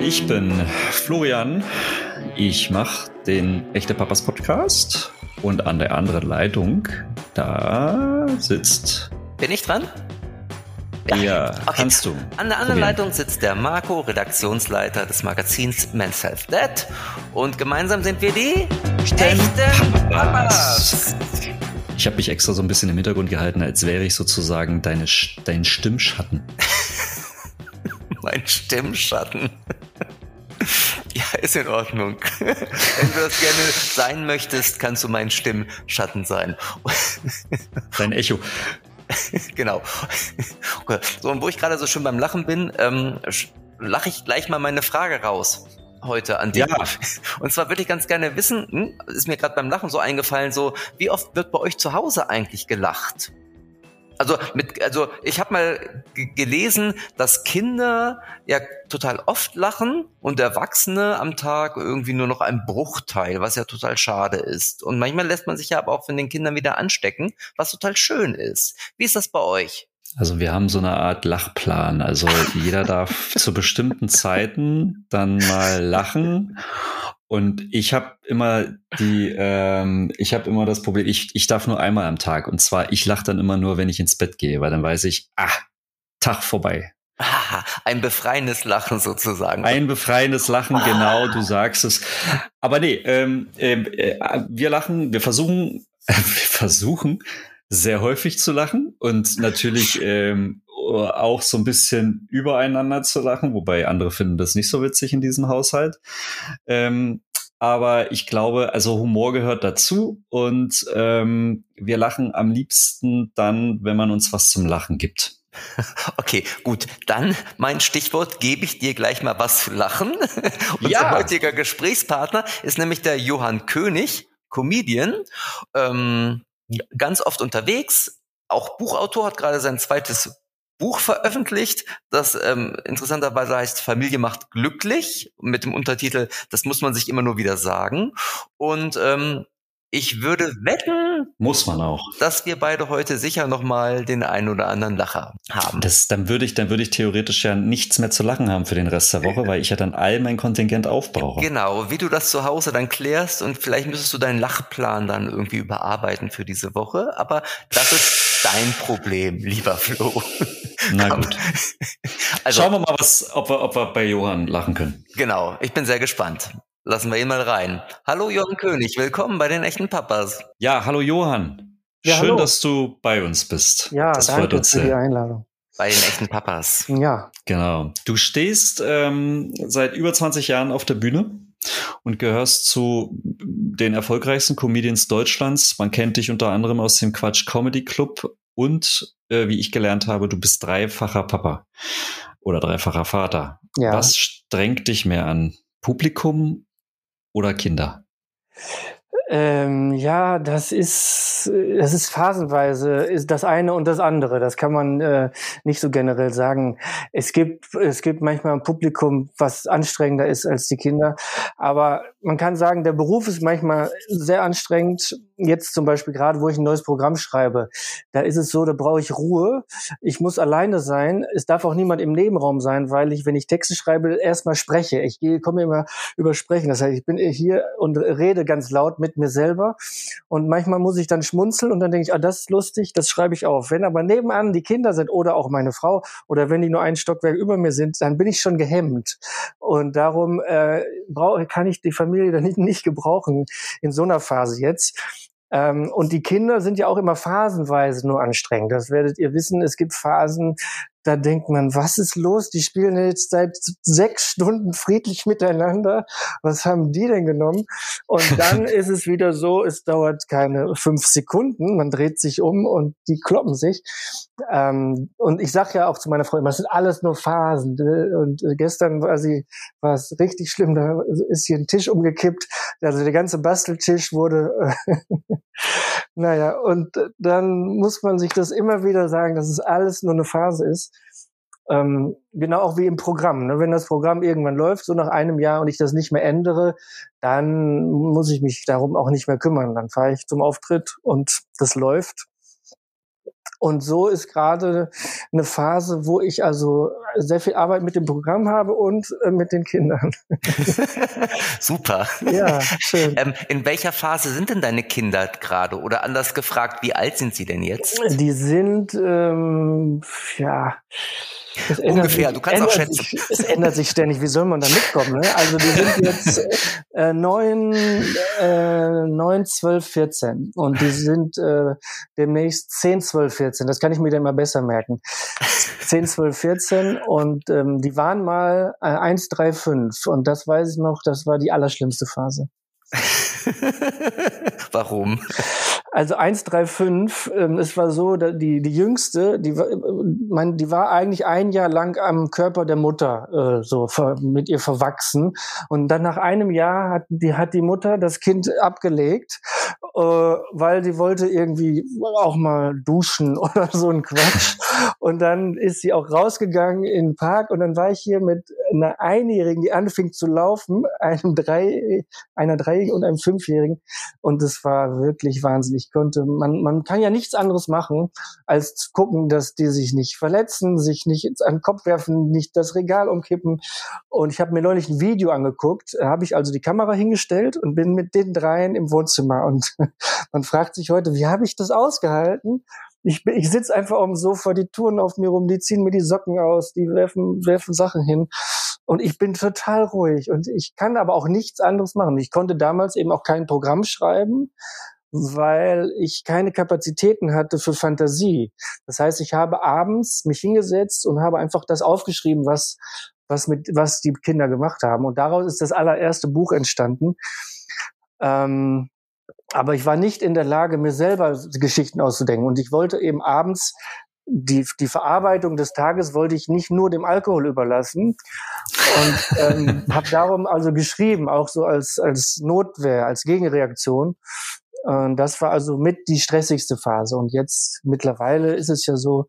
Ich bin Florian, ich mache den Echte Papas Podcast und an der anderen Leitung, da sitzt... Bin ich dran? Ja, okay. Kannst du. An der anderen Leitung sitzt der Marco, Redaktionsleiter des Magazins Men's Health Dad, und gemeinsam sind wir die Echten Papas. Ich habe mich extra so ein bisschen im Hintergrund gehalten, als wäre ich sozusagen dein Stimmschatten. Mein Stimmschatten. Ja, ist in Ordnung. Wenn du das gerne sein möchtest, kannst du mein Stimmschatten sein. Dein Echo. Genau. So, und wo ich gerade so schön beim Lachen bin, lache ich gleich mal meine Frage raus heute an dich. Ja. Und zwar würde ich ganz gerne wissen, ist mir gerade beim Lachen so eingefallen, so, wie oft wird bei euch zu Hause eigentlich gelacht? Also ich habe mal gelesen, dass Kinder ja total oft lachen und Erwachsene am Tag irgendwie nur noch ein Bruchteil, was ja total schade ist. Und manchmal lässt man sich ja aber auch von den Kindern wieder anstecken, was total schön ist. Wie ist das bei euch? Also wir haben so eine Art Lachplan. Also jeder darf zu bestimmten Zeiten dann mal lachen. Und ich habe immer das Problem, ich darf nur einmal am Tag. Und zwar, ich lache dann immer nur, wenn ich ins Bett gehe, weil dann weiß ich, Tag vorbei. Ein befreiendes Lachen sozusagen. Ein befreiendes Lachen, genau, du sagst es. Aber nee, wir versuchen sehr häufig zu lachen und natürlich auch so ein bisschen übereinander zu lachen, wobei andere finden das nicht so witzig in diesem Haushalt. Aber ich glaube, also Humor gehört dazu und wir lachen am liebsten dann, wenn man uns was zum Lachen gibt. Okay, gut. Dann mein Stichwort, gebe ich dir gleich mal was zu lachen. Unser heutiger Gesprächspartner ist nämlich der Johann König, Comedian, ganz oft unterwegs, auch Buchautor, hat gerade sein zweites Buch veröffentlicht, das interessanterweise heißt Familie macht glücklich, mit dem Untertitel Das muss man sich immer nur wieder sagen. Und ich würde wetten, muss man auch, dass wir beide heute sicher nochmal den einen oder anderen Lacher haben. Dann würde ich theoretisch ja nichts mehr zu lachen haben für den Rest der Woche, weil ich ja dann all mein Kontingent aufbrauche. Genau, wie du das zu Hause dann klärst, und vielleicht müsstest du deinen Lachplan dann irgendwie überarbeiten für diese Woche, aber das ist dein Problem, lieber Flo. Na gut. Also, schauen wir mal, ob wir bei Johann lachen können. Genau, ich bin sehr gespannt. Lassen wir ihn mal rein. Hallo Johann König, willkommen bei den Echten Papas. Ja, hallo Johann. Ja, schön, hallo, dass du bei uns bist. Ja, das danke für die Einladung. Bei den Echten Papas. Ja. Genau. Du stehst seit über 20 Jahren auf der Bühne und gehörst zu den erfolgreichsten Comedians Deutschlands. Man kennt dich unter anderem aus dem Quatsch Comedy Club und, wie ich gelernt habe, du bist dreifacher Papa oder dreifacher Vater. Ja. Was strengt dich mehr an? Publikum oder Kinder? Ja, das ist phasenweise, ist das eine und das andere. Das kann man nicht so generell sagen. Es gibt manchmal ein Publikum, was anstrengender ist als die Kinder. Aber man kann sagen, der Beruf ist manchmal sehr anstrengend. Jetzt zum Beispiel gerade, wo ich ein neues Programm schreibe, da ist es so, da brauche ich Ruhe. Ich muss alleine sein. Es darf auch niemand im Nebenraum sein, weil ich, wenn ich Texte schreibe, erstmal spreche. Ich komme immer über Sprechen. Das heißt, ich bin hier und rede ganz laut mit mir selber. Und manchmal muss ich dann schmunzeln und dann denke ich, das ist lustig, das schreibe ich auf. Wenn aber nebenan die Kinder sind oder auch meine Frau oder wenn die nur ein Stockwerk über mir sind, dann bin ich schon gehemmt. Und darum kann ich die Familie dann nicht gebrauchen in so einer Phase jetzt. Und die Kinder sind ja auch immer phasenweise nur anstrengend. Das werdet ihr wissen. Es gibt Phasen, da denkt man, was ist los? Die spielen jetzt seit 6 Stunden friedlich miteinander. Was haben die denn genommen? Und dann ist es wieder so, es dauert keine 5 Sekunden. Man dreht sich um und die kloppen sich. Und ich sage ja auch zu meiner Freundin, das sind alles nur Phasen. Und gestern war es richtig schlimm. Da ist hier ein Tisch umgekippt. Also der ganze Basteltisch wurde... Naja, und dann muss man sich das immer wieder sagen, dass es alles nur eine Phase ist. Genau auch wie im Programm. Ne? Wenn das Programm irgendwann läuft, so nach einem Jahr, und ich das nicht mehr ändere, dann muss ich mich darum auch nicht mehr kümmern. Dann fahre ich zum Auftritt und das läuft. Und so ist gerade eine Phase, wo ich also sehr viel Arbeit mit dem Programm habe und mit den Kindern. Super. Ja, schön. In welcher Phase sind denn deine Kinder gerade? Oder anders gefragt, wie alt sind sie denn jetzt? Die sind, ja, ungefähr, du kannst auch schätzen. Es ändert sich ständig. Wie soll man da mitkommen? Ne? Also die sind jetzt 9, 12, 14 und die sind demnächst 10, 12, 14. Das kann ich mir dann mal besser merken. 10, 12, 14 und die waren mal 1, 3, 5 und das weiß ich noch, das war die allerschlimmste Phase. Warum? Also 1, 3, 5, es war so, die jüngste, die war eigentlich ein Jahr lang am Körper der Mutter mit ihr verwachsen und dann nach einem Jahr hat die Mutter das Kind abgelegt, weil die wollte irgendwie auch mal duschen oder so ein Quatsch und dann ist sie auch rausgegangen in den Park und dann war ich hier mit einer Einjährigen, die anfing zu laufen, einer 3-Jährigen und einem 5-Jährigen und es war wirklich wahnsinnig. Man kann ja nichts anderes machen, als zu gucken, dass die sich nicht verletzen, sich nicht an den Kopf werfen, nicht das Regal umkippen. Und ich habe mir neulich ein Video angeguckt, habe ich also die Kamera hingestellt und bin mit den dreien im Wohnzimmer. Und man fragt sich heute, wie habe ich das ausgehalten? Ich sitze einfach auf dem Sofa, die touren auf mir rum, die ziehen mir die Socken aus, die werfen Sachen hin. Und ich bin total ruhig. Und ich kann aber auch nichts anderes machen. Ich konnte damals eben auch kein Programm schreiben, weil ich keine Kapazitäten hatte für Fantasie. Das heißt, ich habe abends mich hingesetzt und habe einfach das aufgeschrieben, was die Kinder gemacht haben. Und daraus ist das allererste Buch entstanden. Aber ich war nicht in der Lage, mir selber Geschichten auszudenken. Und ich wollte eben abends die Verarbeitung des Tages wollte ich nicht nur dem Alkohol überlassen und habe darum also geschrieben, auch so als Notwehr, als Gegenreaktion. Das war also mit die stressigste Phase. Und jetzt mittlerweile ist es ja so,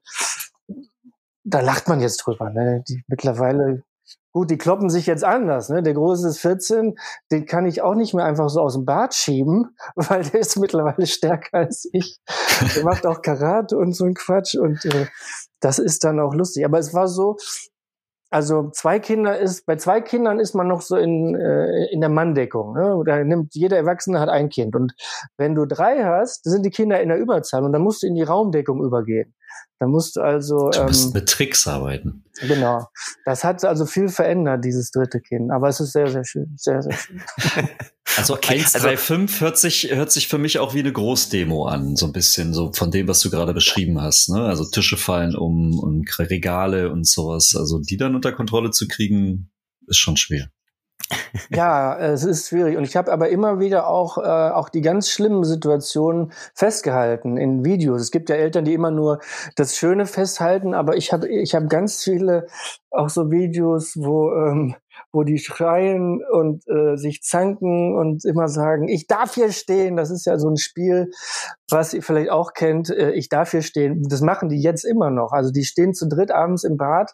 da lacht man jetzt drüber. Ne? Mittlerweile, gut, die kloppen sich jetzt anders. Ne? Der Große ist 14, den kann ich auch nicht mehr einfach so aus dem Bad schieben, weil der ist mittlerweile stärker als ich. Der macht auch Karate und so ein Quatsch. Und das ist dann auch lustig. Aber es war so, also bei 2 Kindern ist man noch so in der Manndeckung. Ne? Da jeder Erwachsene hat ein Kind. Und wenn du 3 hast, sind die Kinder in der Überzahl und dann musst du in die Raumdeckung übergehen. Da musst du also du musst mit Tricks arbeiten. Genau. Das hat also viel verändert, dieses 3. Kind. Aber es ist sehr, sehr schön. Sehr, sehr schön. Also okay, 1, 3, 5 hört sich für mich auch wie eine Großdemo an, so ein bisschen so von dem, was du gerade beschrieben hast. Ne? Also Tische fallen um und Regale und sowas. Also die dann unter Kontrolle zu kriegen, ist schon schwer. Ja, es ist schwierig. Und ich habe aber immer wieder auch die ganz schlimmen Situationen festgehalten in Videos. Es gibt ja Eltern, die immer nur das Schöne festhalten, aber ich hab ganz viele auch so Videos, wo die schreien und sich zanken und immer sagen, ich darf hier stehen. Das ist ja so ein Spiel, was ihr vielleicht auch kennt. Ich darf hier stehen. Das machen die jetzt immer noch. Also die stehen zu dritt abends im Bad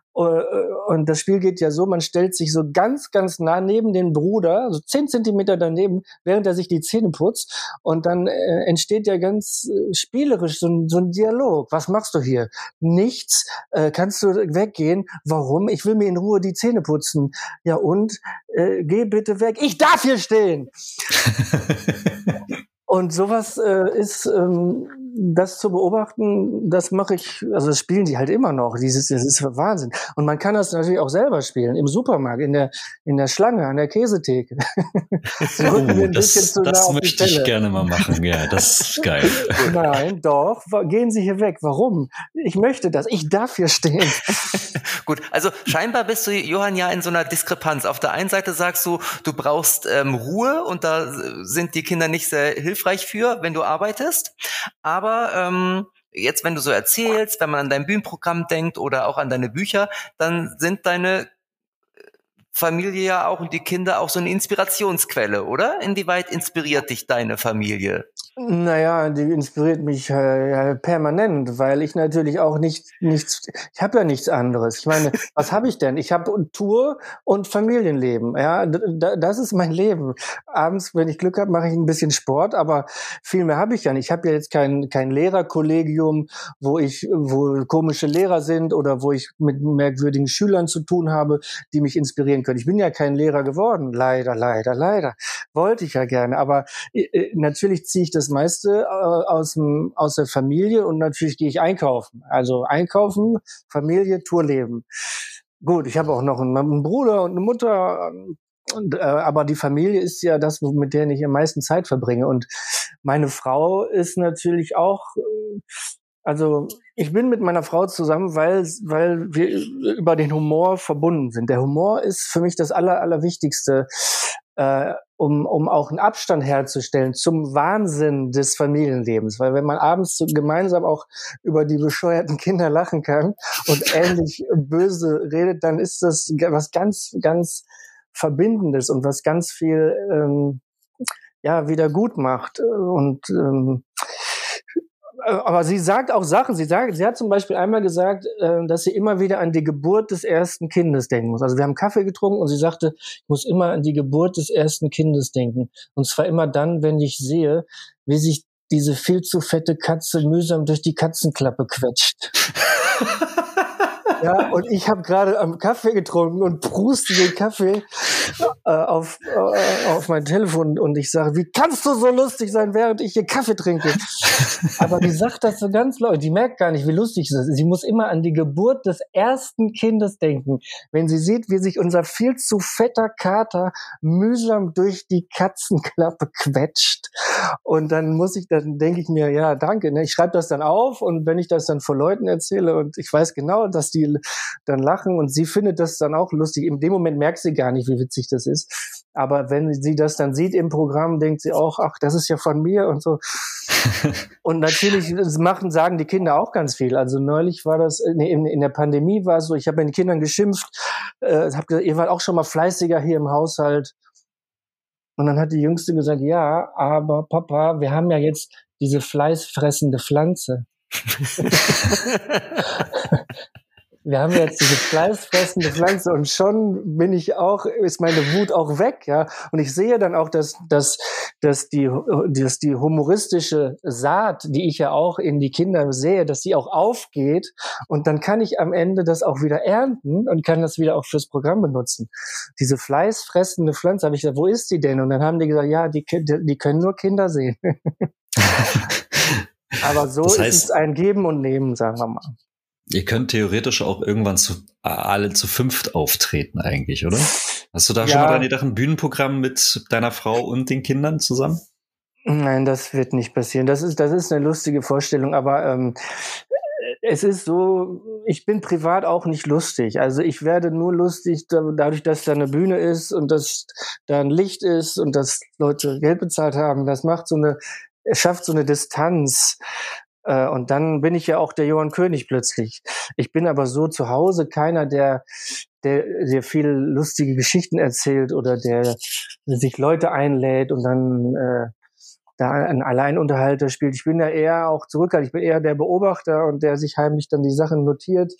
und das Spiel geht ja so, man stellt sich so ganz, ganz nah neben den Bruder, so 10 Zentimeter daneben, während er sich die Zähne putzt und dann entsteht ja ganz spielerisch so ein Dialog. Was machst du hier? Nichts. Kannst du weggehen? Warum? Ich will mir in Ruhe die Zähne putzen. Ja und? Geh bitte weg. Ich darf hier stehen! Und sowas ist, das zu beobachten, das mache ich, also das spielen die halt immer noch. Das ist Wahnsinn. Und man kann das natürlich auch selber spielen, im Supermarkt, in der Schlange, an der Käsetheke. Das möchte ich gerne mal machen, ja, das ist geil. Nein, doch, gehen Sie hier weg. Warum? Ich möchte das, ich darf hier stehen. Gut, also scheinbar bist du, Johann, ja in so einer Diskrepanz. Auf der einen Seite sagst du, du brauchst Ruhe und da sind die Kinder nicht sehr hilfreich für, wenn du arbeitest. Aber jetzt, wenn du so erzählst, wenn man an dein Bühnenprogramm denkt oder auch an deine Bücher, dann sind deine Familie ja auch und die Kinder auch so eine Inspirationsquelle, oder? Inwieweit inspiriert dich deine Familie? Naja, die inspiriert mich permanent, weil ich natürlich auch nichts, ich habe ja nichts anderes. Ich meine, was habe ich denn? Ich habe Tour und Familienleben. Ja, das ist mein Leben. Abends, wenn ich Glück habe, mache ich ein bisschen Sport, aber viel mehr habe ich ja nicht. Ich habe ja jetzt kein Lehrerkollegium, wo komische Lehrer sind oder wo ich mit merkwürdigen Schülern zu tun habe, die mich inspirieren können. Ich bin ja kein Lehrer geworden, leider. Wollte ich ja gerne, aber natürlich ziehe ich das meiste aus der Familie und natürlich gehe ich einkaufen. Also einkaufen, Familie, Tourleben. Gut, ich habe auch noch einen Bruder und eine Mutter, aber die Familie ist ja das, mit der ich am meisten Zeit verbringe. Und meine Frau ist natürlich auch, also ich bin mit meiner Frau zusammen, weil wir über den Humor verbunden sind. Der Humor ist für mich das Allerwichtigste, um auch einen Abstand herzustellen zum Wahnsinn des Familienlebens. Weil wenn man abends so gemeinsam auch über die bescheuerten Kinder lachen kann und ähnlich böse redet, dann ist das was ganz, ganz Verbindendes und was ganz viel wieder gut macht. Und aber sie sagt auch Sachen. Sie hat zum Beispiel einmal gesagt, dass sie immer wieder an die Geburt des ersten Kindes denken muss. Also wir haben Kaffee getrunken und sie sagte, ich muss immer an die Geburt des ersten Kindes denken. Und zwar immer dann, wenn ich sehe, wie sich diese viel zu fette Katze mühsam durch die Katzenklappe quetscht. Ja, und ich habe gerade am Kaffee getrunken und pruste den Kaffee auf mein Telefon und ich sage, wie kannst du so lustig sein, während ich hier Kaffee trinke? Aber die sagt das so ganz laut, die merkt gar nicht, wie lustig es ist. Sie muss immer an die Geburt des ersten Kindes denken, wenn sie sieht, wie sich unser viel zu fetter Kater mühsam durch die Katzenklappe quetscht. Und dann denke ich mir, ja, danke, ne? Ich schreibe das dann auf und wenn ich das dann vor Leuten erzähle und ich weiß genau, dass die dann lachen und sie findet das dann auch lustig. In dem Moment merkt sie gar nicht, wie witzig das ist. Aber wenn sie das dann sieht im Programm, denkt sie auch, ach, das ist ja von mir und so. Und natürlich sagen die Kinder auch ganz viel. Also neulich war das, in der Pandemie war es so, ich habe mit den Kindern geschimpft, habe gesagt, ihr wart auch schon mal fleißiger hier im Haushalt. Und dann hat die Jüngste gesagt, ja, aber Papa, wir haben ja jetzt diese fleißfressende Pflanze. Wir haben jetzt diese fleißfressende Pflanze und schon ist meine Wut auch weg, ja. Und ich sehe dann auch, dass die humoristische Saat, die ich ja auch in die Kinder sehe, dass die auch aufgeht und dann kann ich am Ende das auch wieder ernten und kann das wieder auch fürs Programm benutzen. Diese fleißfressende Pflanze, habe ich gesagt, wo ist die denn? Und dann haben die gesagt, ja, die können nur Kinder sehen. Aber so ist es ein Geben und Nehmen, sagen wir mal. Ihr könnt theoretisch auch irgendwann alle zu fünft auftreten eigentlich, oder? Hast du da schon mal dran gedacht, ein Bühnenprogramm mit deiner Frau und den Kindern zusammen? Nein, das wird nicht passieren. Das ist eine lustige Vorstellung, aber es ist so, ich bin privat auch nicht lustig. Also ich werde nur lustig dadurch, dass da eine Bühne ist und dass da ein Licht ist und dass Leute Geld bezahlt haben. Das schafft so eine Distanz. Und dann bin ich ja auch der Johann König plötzlich. Ich bin aber so zu Hause keiner, der viel lustige Geschichten erzählt oder der sich Leute einlädt und dann da einen Alleinunterhalter spielt. Ich bin ja eher auch zurückhaltend. Ich bin eher der Beobachter und der sich heimlich dann die Sachen notiert.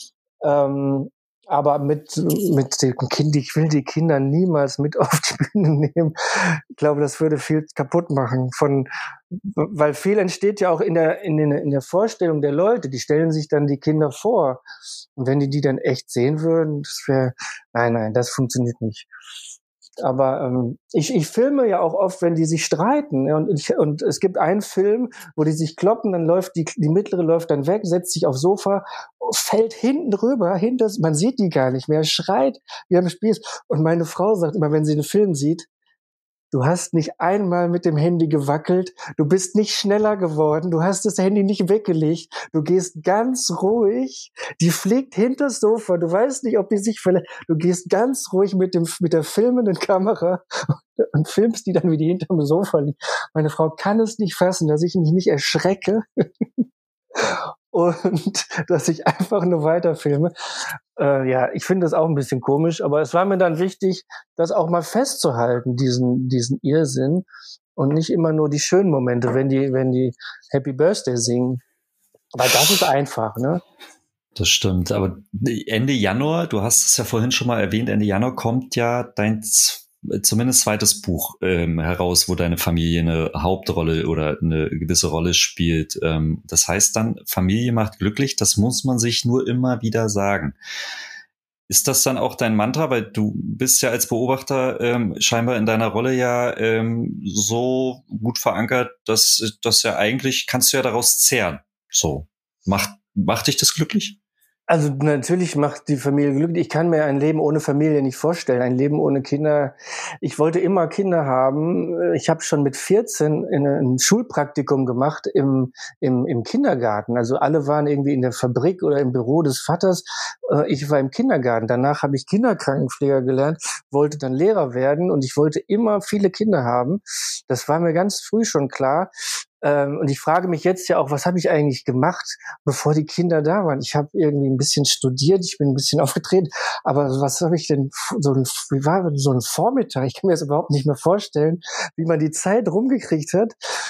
Aber mit dem Kind, ich will die Kinder niemals mit auf die Bühne nehmen. Ich glaube, das würde viel kaputt machen weil viel entsteht ja auch in der Vorstellung der Leute. Die stellen sich dann die Kinder vor. Und wenn die dann echt sehen würden, nein, das funktioniert nicht. Aber ich filme ja auch oft, wenn die sich streiten. Und es gibt einen Film, wo die sich kloppen, dann läuft die mittlere läuft dann weg, setzt sich aufs Sofa, fällt hinten drüber, man sieht die gar nicht mehr, schreit wie am Spieß. Und meine Frau sagt immer, wenn sie einen Film sieht, du hast nicht einmal mit dem Handy gewackelt, du bist nicht schneller geworden, du hast das Handy nicht weggelegt, du gehst ganz ruhig, die fliegt hinter das Sofa, du weißt nicht, ob die sich verletzt, du gehst ganz ruhig mit der filmenden Kamera und filmst die dann, wie die hinterm Sofa liegt. Meine Frau kann es nicht fassen, dass ich mich nicht erschrecke. und dass ich einfach nur weiterfilme. Ja, ich finde das auch ein bisschen komisch, aber es war mir dann wichtig, das auch mal festzuhalten, diesen Irrsinn und nicht immer nur die schönen Momente, wenn die Happy Birthday singen. Weil das ist einfach, ne? Das stimmt, aber Ende Januar, du hast es ja vorhin schon mal erwähnt, Ende Januar kommt ja dein zumindest zweites Buch heraus, wo deine Familie eine Hauptrolle oder eine gewisse Rolle spielt. Das heißt dann, Familie macht glücklich, das muss man sich nur immer wieder sagen. Ist das dann auch dein Mantra? Weil du bist ja als Beobachter scheinbar in deiner Rolle ja so gut verankert, dass das ja eigentlich, kannst du ja daraus zehren. So, macht dich das glücklich? Also natürlich macht die Familie glücklich. Ich kann mir ein Leben ohne Familie nicht vorstellen, ein Leben ohne Kinder. Ich wollte immer Kinder haben. Ich habe schon mit 14 ein Schulpraktikum gemacht im Kindergarten. Also alle waren irgendwie in der Fabrik oder im Büro des Vaters. Ich war im Kindergarten. Danach habe ich Kinderkrankenpfleger gelernt, wollte dann Lehrer werden und ich wollte immer viele Kinder haben. Das war mir ganz früh schon klar. Und ich frage mich jetzt ja auch, was habe ich eigentlich gemacht, bevor die Kinder da waren? Ich habe irgendwie ein bisschen studiert, ich bin ein bisschen aufgetreten, aber was habe ich denn, wie war so ein Vormittag? Ich kann mir das überhaupt nicht mehr vorstellen, wie man die Zeit rumgekriegt hat.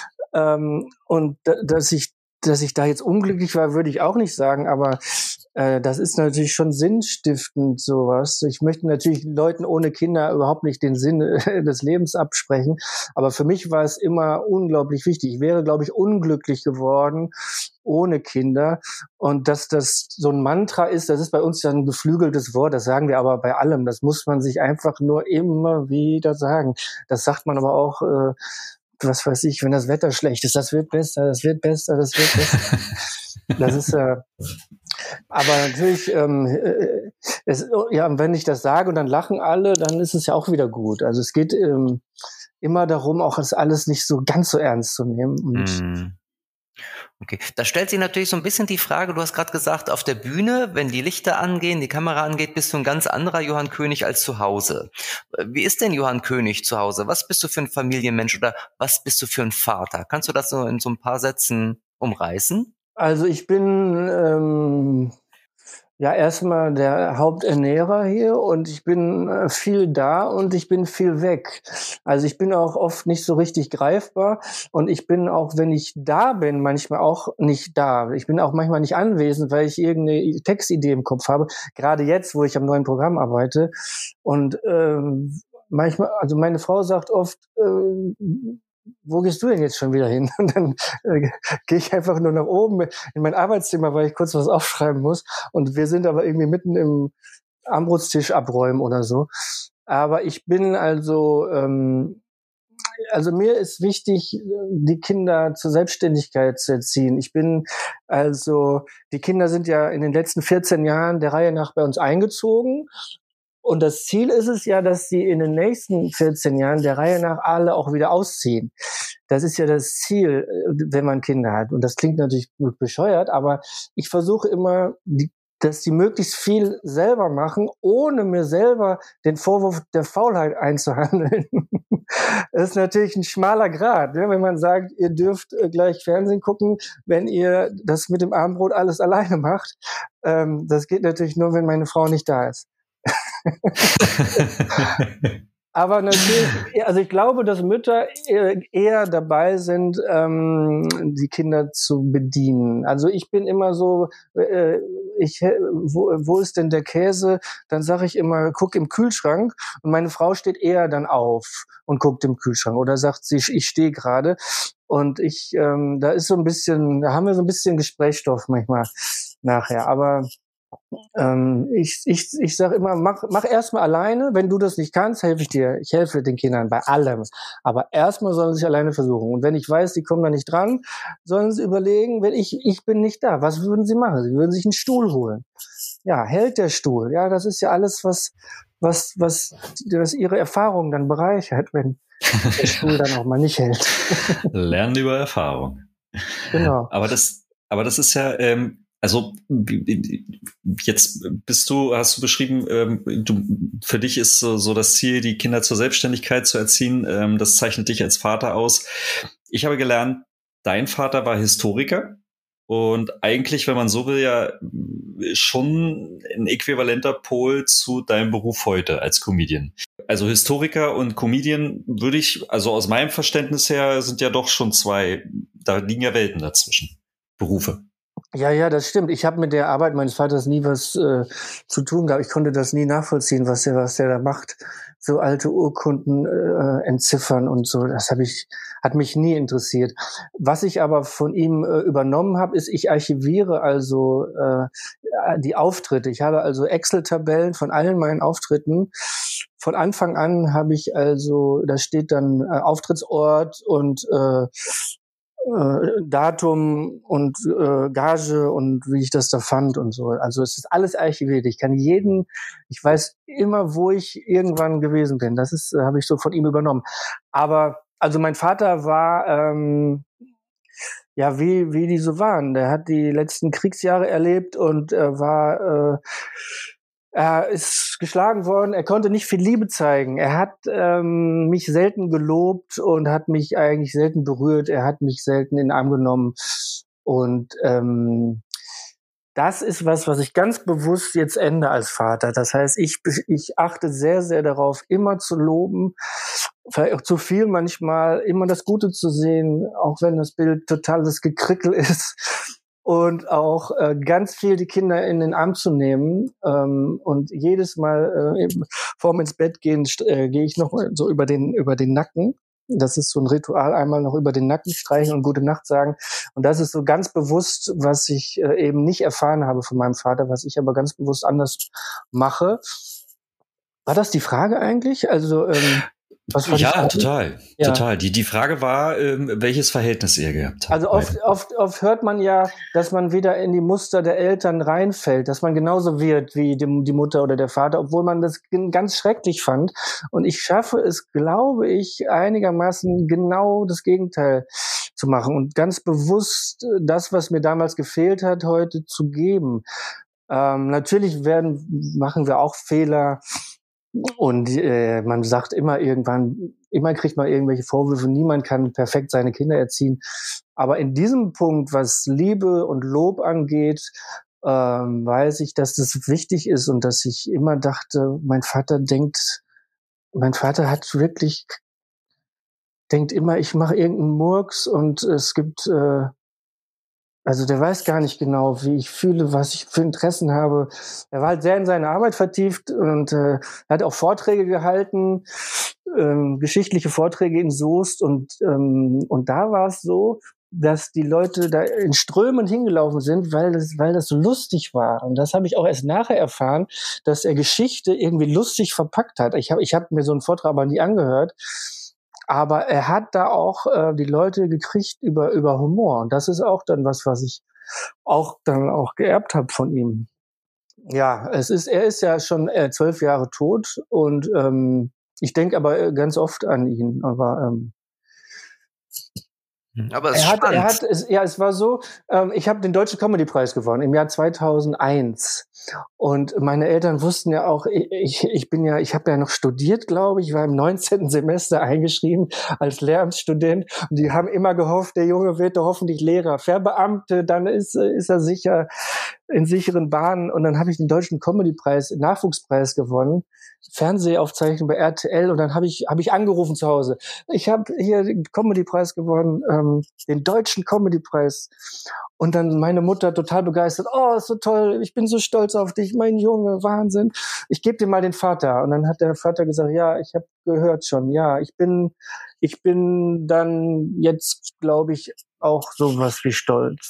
Und dass ich da jetzt unglücklich war, würde ich auch nicht sagen, aber das ist natürlich schon sinnstiftend, sowas. Ich möchte natürlich Leuten ohne Kinder überhaupt nicht den Sinn des Lebens absprechen, aber für mich war es immer unglaublich wichtig. Ich wäre, glaube ich, unglücklich geworden ohne Kinder. Und dass das so ein Mantra ist, das ist bei uns ja ein geflügeltes Wort, das sagen wir aber bei allem. Das muss man sich einfach nur immer wieder sagen. Das sagt man aber auch, was weiß ich, wenn das Wetter schlecht ist, das wird besser, das wird besser, das wird besser. Das ist aber natürlich, wenn ich das sage und dann lachen alle, dann ist es ja auch wieder gut. Also es geht immer darum, auch das alles nicht so ganz so ernst zu nehmen. Und okay, da stellt sich natürlich so ein bisschen die Frage, du hast gerade gesagt, auf der Bühne, wenn die Lichter angehen, die Kamera angeht, bist du ein ganz anderer Johann König als zu Hause. Wie ist denn Johann König zu Hause? Was bist du für ein Familienmensch oder was bist du für ein Vater? Kannst du das so in so ein paar Sätzen umreißen? Also ich bin erstmal der Haupternährer hier und ich bin viel da und ich bin viel weg. Also ich bin auch oft nicht so richtig greifbar und ich bin auch, wenn ich da bin, manchmal auch nicht da. Ich bin auch manchmal nicht anwesend, weil ich irgendeine Textidee im Kopf habe. Gerade jetzt, wo ich am neuen Programm arbeite. Und manchmal, also meine Frau sagt oft, wo gehst du denn jetzt schon wieder hin? Und dann gehe ich einfach nur nach oben in mein Arbeitszimmer, weil ich kurz was aufschreiben muss. Und wir sind aber irgendwie mitten im Armbrotstisch abräumen oder so. Aber ich bin also mir ist wichtig, die Kinder zur Selbstständigkeit zu erziehen. Die Kinder sind ja in den letzten 14 Jahren der Reihe nach bei uns eingezogen. Und das Ziel ist es ja, dass sie in den nächsten 14 Jahren der Reihe nach alle auch wieder ausziehen. Das ist ja das Ziel, wenn man Kinder hat. Und das klingt natürlich bescheuert, aber ich versuche immer, dass die möglichst viel selber machen, ohne mir selber den Vorwurf der Faulheit einzuhandeln. Das ist natürlich ein schmaler Grat, ne? Wenn man sagt, ihr dürft gleich Fernsehen gucken, wenn ihr das mit dem Abendbrot alles alleine macht. Das geht natürlich nur, wenn meine Frau nicht da ist. Aber natürlich, also ich glaube, dass Mütter eher dabei sind, die Kinder zu bedienen. Also ich bin immer so, wo ist denn der Käse? Dann sage ich immer, guck im Kühlschrank. Und meine Frau steht eher dann auf und guckt im Kühlschrank. Oder sagt sie, ich stehe gerade. Und da haben wir so ein bisschen Gesprächsstoff manchmal nachher. Aber ich sage immer, mach erstmal alleine. Wenn du das nicht kannst, helfe ich dir. Ich helfe den Kindern bei allem. Aber erstmal sollen sie sich alleine versuchen. Und wenn ich weiß, die kommen da nicht dran, sollen sie überlegen, wenn ich bin nicht da. Was würden sie machen? Sie würden sich einen Stuhl holen. Ja, hält der Stuhl? Ja, das ist ja alles, was ihre Erfahrung dann bereichert, wenn der Stuhl dann auch mal nicht hält. Lernen über Erfahrung. Genau. Aber das ist ja, also jetzt hast du beschrieben, für dich ist so das Ziel, die Kinder zur Selbstständigkeit zu erziehen. Das zeichnet dich als Vater aus. Ich habe gelernt, dein Vater war Historiker. Und eigentlich, wenn man so will, ja schon ein äquivalenter Pol zu deinem Beruf heute als Comedian. Also Historiker und Comedian würde ich, also aus meinem Verständnis her, sind ja doch schon zwei, da liegen ja Welten dazwischen. Berufe. Ja, das stimmt. Ich habe mit der Arbeit meines Vaters nie was zu tun gehabt. Ich konnte das nie nachvollziehen, was der da macht. So alte Urkunden entziffern und so. Hat mich nie interessiert. Was ich aber von ihm übernommen habe, ist, ich archiviere also die Auftritte. Ich habe also Excel-Tabellen von allen meinen Auftritten. Von Anfang an habe ich also, da steht dann Auftrittsort und Datum und Gage und wie ich das da fand und so. Also es ist alles archiviert. Ich weiß immer, wo ich irgendwann gewesen bin. Das habe ich so von ihm übernommen. Aber also mein Vater war ja wie die so waren. Der hat die letzten Kriegsjahre erlebt und er ist geschlagen worden, er konnte nicht viel Liebe zeigen. Er hat mich selten gelobt und hat mich eigentlich selten berührt. Er hat mich selten in den Arm genommen. Und das ist was ich ganz bewusst jetzt ändere als Vater. Das heißt, ich achte sehr, sehr darauf, immer zu loben, vielleicht auch zu viel manchmal, immer das Gute zu sehen, auch wenn das Bild totales Gekrickel ist. Und auch ganz viel die Kinder in den Arm zu nehmen. Und jedes Mal vorm ins Bett gehen, gehe ich noch so über den Nacken. Das ist so ein Ritual, einmal noch über den Nacken streichen und gute Nacht sagen. Und das ist so ganz bewusst, was ich eben nicht erfahren habe von meinem Vater, was ich aber ganz bewusst anders mache. War das die Frage eigentlich? Also was war ja, total. Die Frage war, welches Verhältnis ihr gehabt habt. Also oft hört man ja, dass man wieder in die Muster der Eltern reinfällt, dass man genauso wird wie die Mutter oder der Vater, obwohl man das ganz schrecklich fand. Und ich schaffe es, glaube ich, einigermaßen genau das Gegenteil zu machen und ganz bewusst das, was mir damals gefehlt hat, heute zu geben. Natürlich machen wir auch Fehler. Und man sagt immer kriegt man irgendwelche Vorwürfe, niemand kann perfekt seine Kinder erziehen. Aber in diesem Punkt, was Liebe und Lob angeht, weiß ich, dass das wichtig ist und dass ich immer dachte, mein Vater denkt immer, ich mache irgendeinen Murks und es gibt also der weiß gar nicht genau, wie ich fühle, was ich für Interessen habe. Er war halt sehr in seine Arbeit vertieft und er hat auch Vorträge gehalten, geschichtliche Vorträge in Soest und da war es so, dass die Leute da in Strömen hingelaufen sind, weil das so lustig war. Und das habe ich auch erst nachher erfahren, dass er Geschichte irgendwie lustig verpackt hat. Ich hab mir so einen Vortrag aber nie angehört. Aber er hat da auch die Leute gekriegt über Humor. Und das ist auch dann was ich auch geerbt habe von ihm. Ja, er ist ja schon 12 Jahre tot und ich denke aber ganz oft an ihn. Aber es es war so, ich habe den Deutschen Comedy-Preis gewonnen im Jahr 2001 und meine Eltern wussten ja auch, ich habe ja noch studiert, glaube ich, war im 19. Semester eingeschrieben als Lehramtsstudent und die haben immer gehofft, der Junge wird doch hoffentlich Lehrer, Verbeamte, dann ist er sicher in sicheren Bahnen und dann habe ich den Deutschen Comedy-Preis, Nachwuchspreis gewonnen, Fernsehaufzeichnung bei RTL und dann habe ich angerufen zu Hause. Ich habe hier den Comedy-Preis gewonnen, den Deutschen Comedy-Preis. Und dann meine Mutter total begeistert. Oh, ist so toll, ich bin so stolz auf dich, mein Junge, Wahnsinn. Ich gebe dir mal den Vater. Und dann hat der Vater gesagt, ja, ich habe gehört schon, ja, ich bin dann jetzt, glaube ich, auch sowas wie stolz.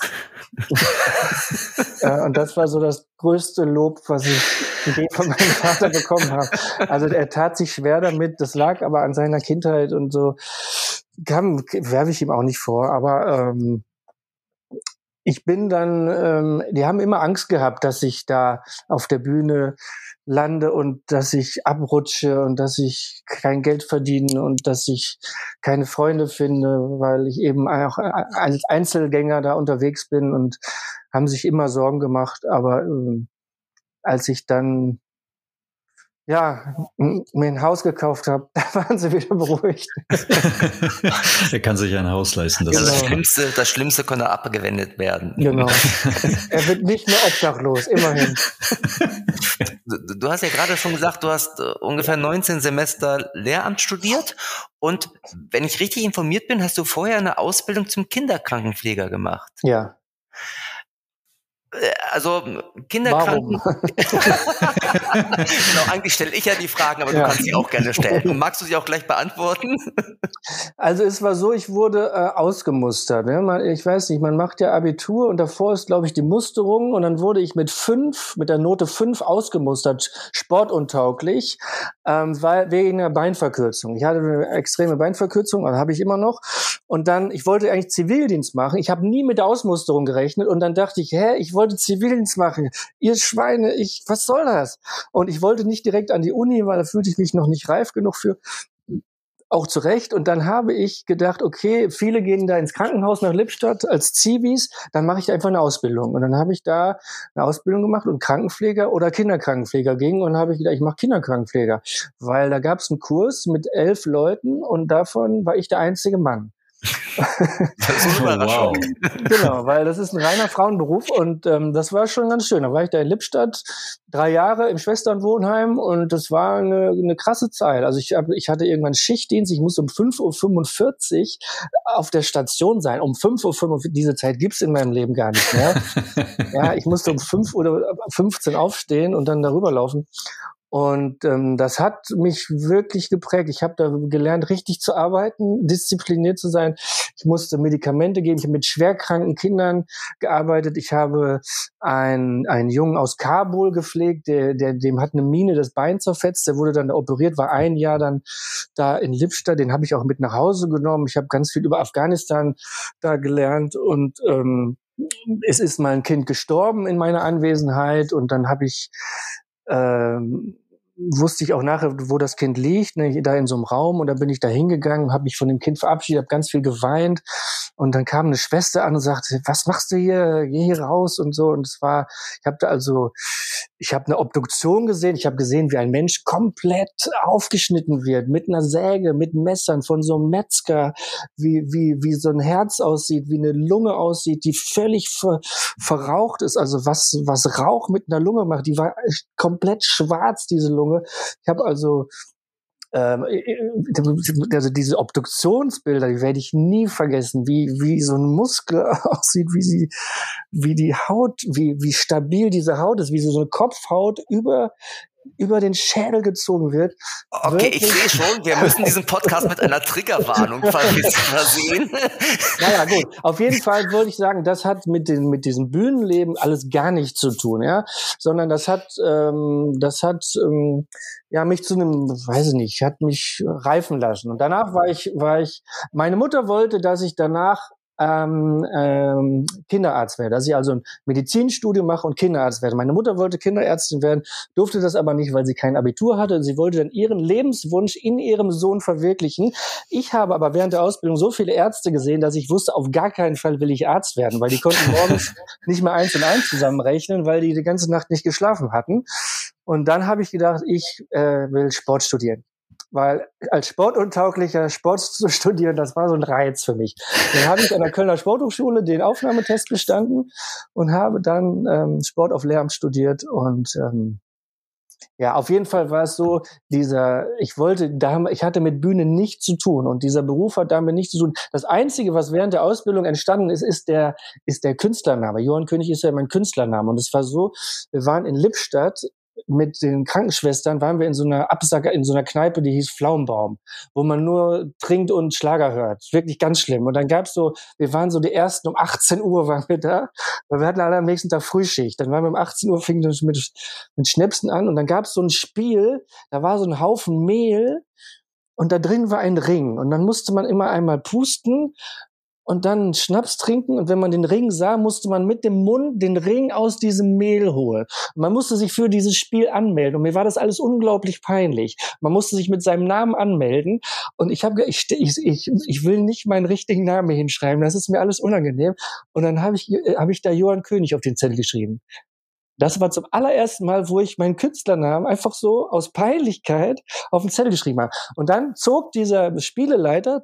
Und das war so das größte Lob, was ich je von meinem Vater bekommen habe. Also er tat sich schwer damit, das lag aber an seiner Kindheit und so. Werfe ich ihm auch nicht vor, aber ich bin dann, die haben immer Angst gehabt, dass ich da auf der Bühne lande und dass ich abrutsche und dass ich kein Geld verdiene und dass ich keine Freunde finde, weil ich eben auch als Einzelgänger da unterwegs bin und haben sich immer Sorgen gemacht. Aber als ich dann mir ein Haus gekauft habe, da waren sie wieder beruhigt. Er kann sich ein Haus leisten. Das Schlimmste konnte abgewendet werden. Genau. Er wird nicht mehr obdachlos, immerhin. Du hast ja gerade schon gesagt, du hast ungefähr 19 Semester Lehramt studiert und wenn ich richtig informiert bin, hast du vorher eine Ausbildung zum Kinderkrankenpfleger gemacht. Ja. Also Kinderkranken. Genau, eigentlich stelle ich ja die Fragen, aber du kannst sie auch gerne stellen. Magst du sie auch gleich beantworten? Also es war so, ich wurde ausgemustert. Ne? Ich weiß nicht, man macht ja Abitur und davor ist, glaube ich, die Musterung und dann wurde ich mit der Note 5 ausgemustert, sportuntauglich, weil wegen einer Beinverkürzung. Ich hatte eine extreme Beinverkürzung, also habe ich immer noch. Und dann, ich wollte eigentlich Zivildienst machen. Ich habe nie mit der Ausmusterung gerechnet und dann dachte ich, ich wollte Zivildienst machen. Ihr Schweine, was soll das? Und ich wollte nicht direkt an die Uni, weil da fühlte ich mich noch nicht reif genug für. Auch zu Recht. Und dann habe ich gedacht, okay, viele gehen da ins Krankenhaus nach Lippstadt als Zivis, dann mache ich da einfach eine Ausbildung. Und dann habe ich da eine Ausbildung gemacht und Krankenpfleger oder Kinderkrankenpfleger ging und habe ich gedacht, ich mache Kinderkrankenpfleger. Weil da gab es einen Kurs mit 11 Leuten und davon war ich der einzige Mann. Das ist eine Überraschung. Wow. Genau, weil das ist ein reiner Frauenberuf und das war schon ganz schön. Da war ich da in Lippstadt 3 Jahre im Schwesternwohnheim und das war eine krasse Zeit. Also ich hatte irgendwann Schichtdienst, ich musste um 5:45 Uhr auf der Station sein. Um 5:45 Uhr, diese Zeit gibt's in meinem Leben gar nicht mehr. Ja, ich musste um 5:15 Uhr aufstehen und dann darüber laufen. Und das hat mich wirklich geprägt. Ich habe da gelernt, richtig zu arbeiten, diszipliniert zu sein. Ich musste Medikamente geben. Ich habe mit schwerkranken Kindern gearbeitet. Ich habe einen Jungen aus Kabul gepflegt, dem hat eine Mine das Bein zerfetzt. Der wurde dann operiert, war 1 Jahr dann da in Lippstadt. Den habe ich auch mit nach Hause genommen. Ich habe ganz viel über Afghanistan da gelernt und es ist mal ein Kind gestorben in meiner Anwesenheit und dann habe ich wusste ich auch nachher, wo das Kind liegt, ne, da in so einem Raum und da bin ich da hingegangen, habe mich von dem Kind verabschiedet, habe ganz viel geweint und dann kam eine Schwester an und sagte, was machst du hier, geh hier raus und so und ich habe eine Obduktion gesehen, ich habe gesehen, wie ein Mensch komplett aufgeschnitten wird, mit einer Säge, mit Messern von so einem Metzger, wie so ein Herz aussieht, wie eine Lunge aussieht, die völlig verraucht ist, also was Rauch mit einer Lunge macht, die war komplett schwarz, diese Lunge. Ich habe also diese Obduktionsbilder, die werde ich nie vergessen, wie so ein Muskel aussieht, wie die Haut, wie stabil diese Haut ist, wie so eine Kopfhaut über den Schädel gezogen wird. Okay, wirklich. Ich sehe schon, wir müssen diesen Podcast mit einer Triggerwarnung versehen. Naja, gut. Auf jeden Fall würde ich sagen, das hat mit diesem Bühnenleben alles gar nichts zu tun, ja, sondern das hat mich zu einem, weiß ich nicht, hat mich reifen lassen. Und danach war ich, meine Mutter wollte, dass ich danach Kinderarzt werde, dass ich also ein Medizinstudium mache und Kinderarzt werde. Meine Mutter wollte Kinderärztin werden, durfte das aber nicht, weil sie kein Abitur hatte. Sie wollte dann ihren Lebenswunsch in ihrem Sohn verwirklichen. Ich habe aber während der Ausbildung so viele Ärzte gesehen, dass ich wusste, auf gar keinen Fall will ich Arzt werden, weil die konnten morgens nicht mal 1 und 1 zusammenrechnen, weil die ganze Nacht nicht geschlafen hatten. Und dann habe ich gedacht, ich will Sport studieren. Weil als sportuntauglicher Sport zu studieren, das war so ein Reiz für mich. Dann habe ich an der Kölner Sporthochschule den Aufnahmetest bestanden und habe dann Sport auf Lehramt studiert und auf jeden Fall war es so, ich hatte mit Bühne nichts zu tun und dieser Beruf hat damit nichts zu tun. Das Einzige, was während der Ausbildung entstanden ist der Künstlername. Johann König ist ja mein Künstlername und es war so, wir waren in Lippstadt mit den Krankenschwestern, waren wir in so einer Kneipe, die hieß Pflaumenbaum, wo man nur trinkt und Schlager hört. Wirklich ganz schlimm. Und dann wir waren so die ersten, um 18 Uhr waren wir da, weil wir hatten alle am nächsten Tag Frühschicht. Dann waren wir um 18 Uhr, fing das mit Schnäpsen an und dann gab es so ein Spiel, da war so ein Haufen Mehl und da drin war ein Ring und dann musste man immer einmal pusten und dann Schnaps trinken und wenn man den Ring sah, musste man mit dem Mund den Ring aus diesem Mehl holen. Und man musste sich für dieses Spiel anmelden und mir war das alles unglaublich peinlich. Man musste sich mit seinem Namen anmelden und ich will nicht meinen richtigen Namen hinschreiben, das ist mir alles unangenehm und dann habe ich da Johann König auf den Zettel geschrieben. Das war zum allerersten Mal, wo ich meinen Künstlernamen einfach so aus Peinlichkeit auf den Zettel geschrieben habe. Und dann zog dieser Spieleleiter,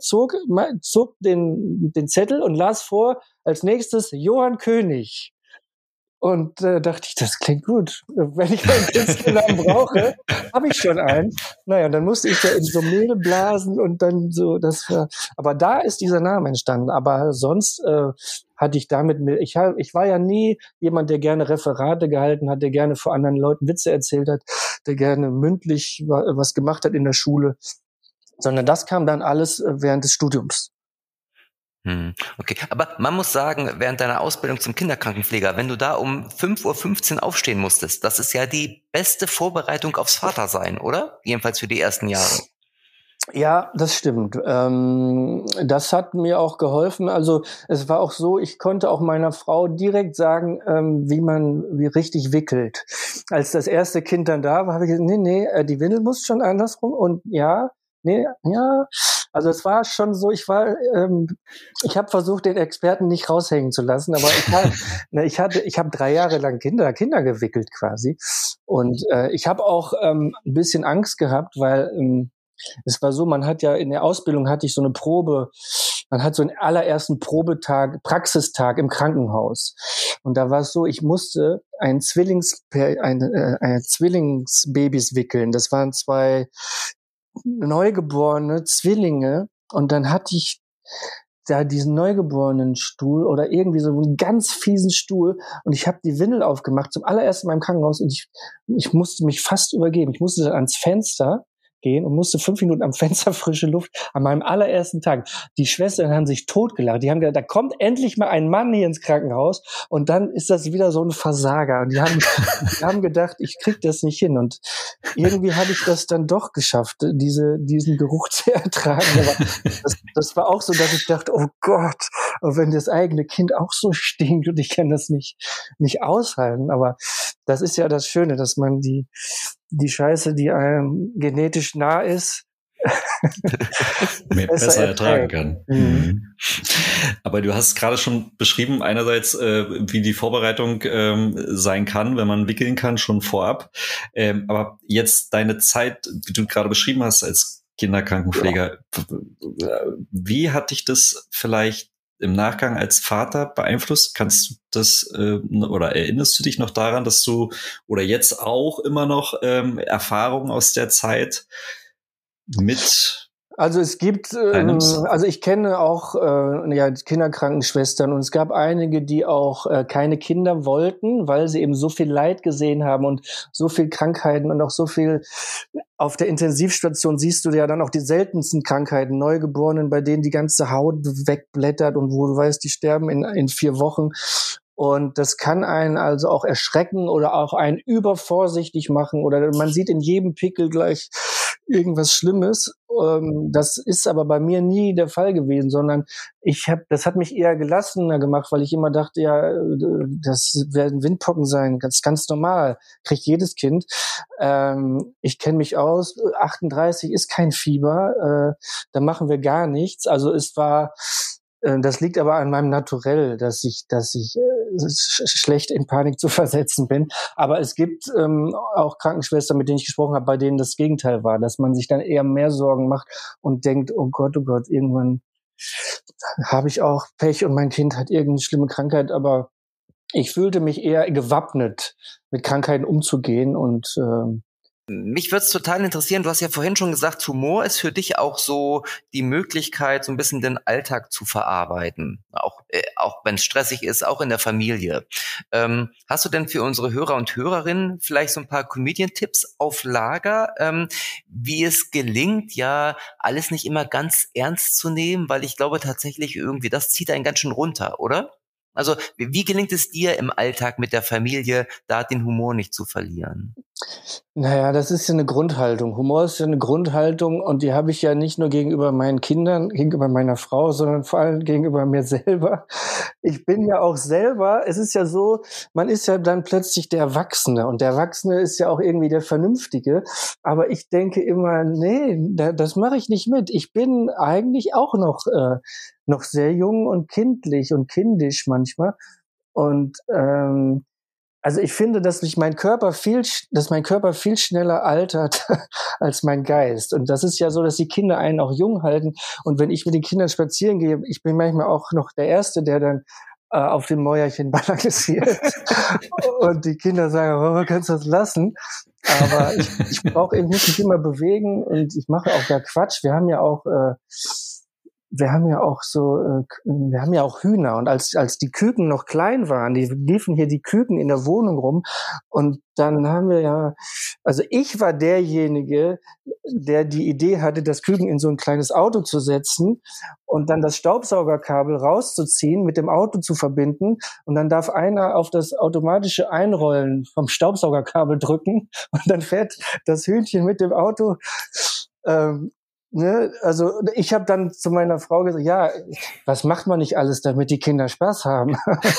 den Zettel und las vor, als nächstes Johann König. Und dachte ich, das klingt gut. Wenn ich meinen Künstlernamen brauche, habe ich schon einen. Naja, dann musste ich ja in so Mehl blasen und dann so, aber da ist dieser Name entstanden. Aber sonst hatte ich damit, ich war ja nie jemand, der gerne Referate gehalten hat, der gerne vor anderen Leuten Witze erzählt hat, der gerne mündlich was gemacht hat in der Schule, sondern das kam dann alles während des Studiums. Okay, aber man muss sagen, während deiner Ausbildung zum Kinderkrankenpfleger, wenn du da um 5:15 Uhr aufstehen musstest, das ist ja die beste Vorbereitung aufs Vatersein, oder? Jedenfalls für die ersten Jahre. Ja, das stimmt. Das hat mir auch geholfen. Also es war auch so, ich konnte auch meiner Frau direkt sagen, wie richtig wickelt. Als das erste Kind dann da war, habe ich gesagt, nee, die Windel muss schon andersrum und ja. Also es war schon so, ich habe versucht, den Experten nicht raushängen zu lassen, aber ich habe 3 Jahre lang Kinder gewickelt quasi. Und ich habe auch ein bisschen Angst gehabt, weil es war so, man hat ja in der Ausbildung hatte ich so eine Probe, man hat so einen allerersten Praxistag im Krankenhaus. Und da war es so, ich musste Zwillingsbabys wickeln. Das waren 2 neugeborene Zwillinge. Und dann hatte ich da diesen neugeborenen Stuhl oder irgendwie so einen ganz fiesen Stuhl und ich habe die Windel aufgemacht, zum allerersten Mal im Krankenhaus und ich musste mich fast übergeben. Ich musste dann ans Fenster gehen und musste 5 Minuten am Fenster frische Luft an meinem allerersten Tag. Die Schwestern haben sich totgelacht. Die haben gedacht, da kommt endlich mal ein Mann hier ins Krankenhaus und dann ist das wieder so ein Versager. Und die haben gedacht, ich krieg das nicht hin. Und irgendwie habe ich das dann doch geschafft, diesen Geruch zu ertragen. Aber das war auch so, dass ich dachte, oh Gott, wenn das eigene Kind auch so stinkt und ich kann das nicht aushalten. Aber das ist ja das Schöne, dass man die Scheiße, die einem genetisch nah ist, besser ertragen kann. Mhm. Aber du hast gerade schon beschrieben, einerseits, wie die Vorbereitung sein kann, wenn man wickeln kann, schon vorab. Aber jetzt deine Zeit, wie du gerade beschrieben hast, als Kinderkrankenpfleger, wie hat dich das vielleicht im Nachgang als Vater beeinflusst? Kannst du das oder erinnerst du dich noch daran, dass du oder jetzt auch immer noch Erfahrungen aus der Zeit mit? Also es gibt, also ich kenne auch Kinderkrankenschwestern und es gab einige, die auch keine Kinder wollten, weil sie eben so viel Leid gesehen haben und so viel Krankheiten und auch so viel. Auf der Intensivstation siehst du ja dann auch die seltensten Krankheiten, Neugeborenen, bei denen die ganze Haut wegblättert und wo du weißt, die sterben in 4 Wochen. Und das kann einen also auch erschrecken oder auch einen übervorsichtig machen oder man sieht in jedem Pickel gleich irgendwas Schlimmes. Das ist aber bei mir nie der Fall gewesen, sondern das hat mich eher gelassener gemacht, weil ich immer dachte, ja, das werden Windpocken sein, ganz normal, kriegt jedes Kind. Ich kenne mich aus, 38 ist kein Fieber, da machen wir gar nichts. Also das liegt aber an meinem Naturell, dass ich schlecht in Panik zu versetzen bin. Aber es gibt auch Krankenschwestern, mit denen ich gesprochen habe, bei denen das Gegenteil war, dass man sich dann eher mehr Sorgen macht und denkt, oh Gott, irgendwann habe ich auch Pech und mein Kind hat irgendeine schlimme Krankheit. Aber ich fühlte mich eher gewappnet, mit Krankheiten umzugehen und mich würde es total interessieren, du hast ja vorhin schon gesagt, Humor ist für dich auch so die Möglichkeit, so ein bisschen den Alltag zu verarbeiten, auch wenn es stressig ist, auch in der Familie. Hast du denn für unsere Hörer und Hörerinnen vielleicht so ein paar Comedian-Tipps auf Lager, wie es gelingt, ja alles nicht immer ganz ernst zu nehmen, weil ich glaube tatsächlich irgendwie, das zieht einen ganz schön runter, oder? Also wie gelingt es dir im Alltag mit der Familie, da den Humor nicht zu verlieren? Naja, das ist ja eine Grundhaltung. Humor ist ja eine Grundhaltung und die habe ich ja nicht nur gegenüber meinen Kindern, gegenüber meiner Frau, sondern vor allem gegenüber mir selber. Ich bin ja auch selber, es ist ja so, man ist ja dann plötzlich der Erwachsene und der Erwachsene ist ja auch irgendwie der Vernünftige. Aber ich denke immer, nee, das mache ich nicht mit. Ich bin eigentlich auch noch sehr jung und kindlich und kindisch manchmal. Und Also ich finde, dass mein Körper viel schneller altert als mein Geist. Und das ist ja so, dass die Kinder einen auch jung halten. Und wenn ich mit den Kindern spazieren gehe, ich bin manchmal auch noch der Erste, der dann auf dem Mäuerchen balanciert. Und die Kinder sagen, oh, kannst du das lassen? Aber ich brauche eben nicht mich immer bewegen und ich mache auch gar Quatsch. Wir haben ja auch Hühner und als die Küken noch klein waren, die liefen hier die Küken in der Wohnung rum und dann haben wir also ich war derjenige, der die Idee hatte, das Küken in so ein kleines Auto zu setzen und dann das Staubsaugerkabel rauszuziehen, mit dem Auto zu verbinden und dann darf einer auf das automatische Einrollen vom Staubsaugerkabel drücken und dann fährt das Hühnchen mit dem Auto also ich habe dann zu meiner Frau gesagt, ja, was macht man nicht alles, damit die Kinder Spaß haben?